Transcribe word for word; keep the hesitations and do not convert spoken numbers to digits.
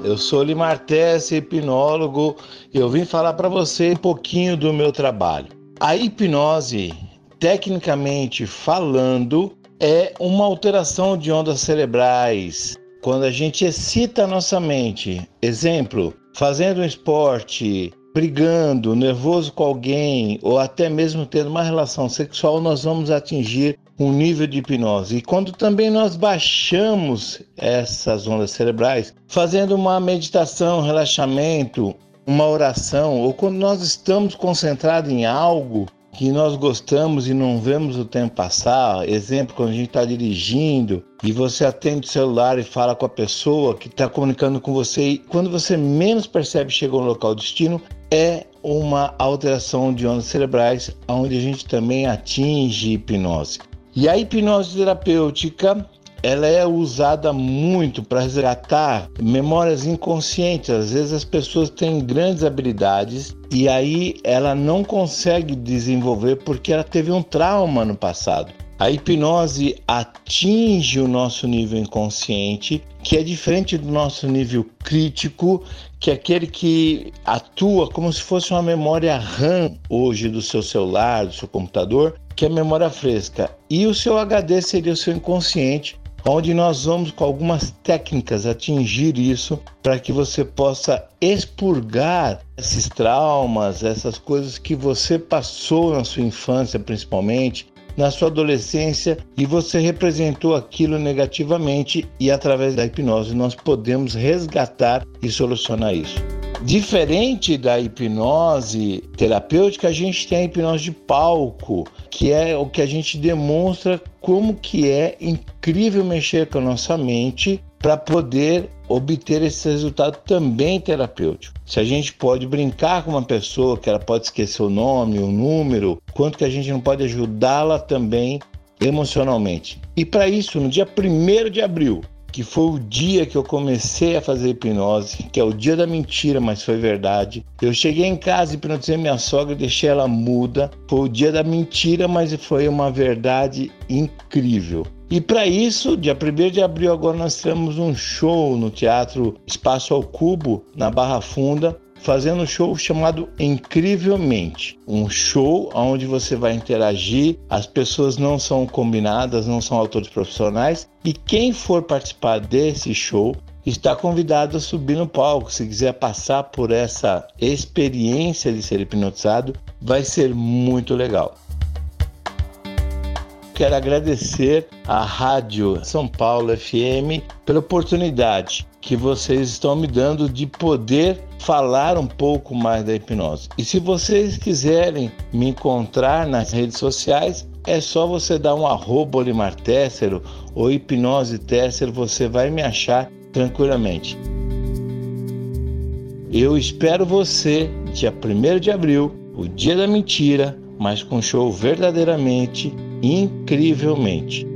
eu sou Limar Tesser, hipnólogo, e eu vim falar para você um pouquinho do meu trabalho. A hipnose, tecnicamente falando, é uma alteração de ondas cerebrais. Quando a gente excita a nossa mente, exemplo, fazendo um esporte, brigando, nervoso com alguém, ou até mesmo tendo uma relação sexual, nós vamos atingir um nível de hipnose. E quando também nós baixamos essas ondas cerebrais, fazendo uma meditação, relaxamento, uma oração, ou quando nós estamos concentrados em algo que nós gostamos e não vemos o tempo passar, exemplo, quando a gente está dirigindo e você atende o celular e fala com a pessoa que está comunicando com você, e quando você menos percebe chegou no local de destino, é uma alteração de ondas cerebrais, onde a gente também atinge hipnose. E a hipnose terapêutica, ela é usada muito para resgatar memórias inconscientes. Às vezes as pessoas têm grandes habilidades e aí ela não consegue desenvolver porque ela teve um trauma no passado. A hipnose atinge o nosso nível inconsciente, que é diferente do nosso nível crítico, que é aquele que atua como se fosse uma memória RAM hoje do seu celular, do seu computador, que é memória fresca. E o seu H D seria o seu inconsciente, onde nós vamos com algumas técnicas atingir isso para que você possa expurgar esses traumas, essas coisas que você passou na sua infância principalmente, na sua adolescência, e você representou aquilo negativamente, e através da hipnose nós podemos resgatar e solucionar isso. Diferente da hipnose terapêutica, a gente tem a hipnose de palco, que é o que a gente demonstra como que é incrível mexer com a nossa mente para poder obter esse resultado também terapêutico. Se a gente pode brincar com uma pessoa, que ela pode esquecer o nome, o número, quanto que a gente não pode ajudá-la também emocionalmente. E para isso, no dia primeiro de abril, que foi o dia que eu comecei a fazer hipnose, que é o dia da mentira, mas foi verdade. Eu cheguei em casa, hipnotizei minha sogra e deixei ela muda. Foi o dia da mentira, mas foi uma verdade incrível. E para isso, dia primeiro de abril, agora nós temos um show no Teatro Espaço ao Cubo, na Barra Funda, fazendo um show chamado Incrivelmente. Um show onde você vai interagir, as pessoas não são combinadas, não são atores profissionais, e quem for participar desse show está convidado a subir no palco. Se quiser passar por essa experiência de ser hipnotizado, vai ser muito legal. Quero agradecer à Rádio São Paulo F M pela oportunidade que vocês estão me dando de poder falar um pouco mais da hipnose. E se vocês quiserem me encontrar nas redes sociais, é só você dar um arroba Limar Tesser ou Hipnose Tesser, você vai me achar tranquilamente. Eu espero você dia primeiro de abril, o dia da mentira, mas com show verdadeiramente, incrivelmente.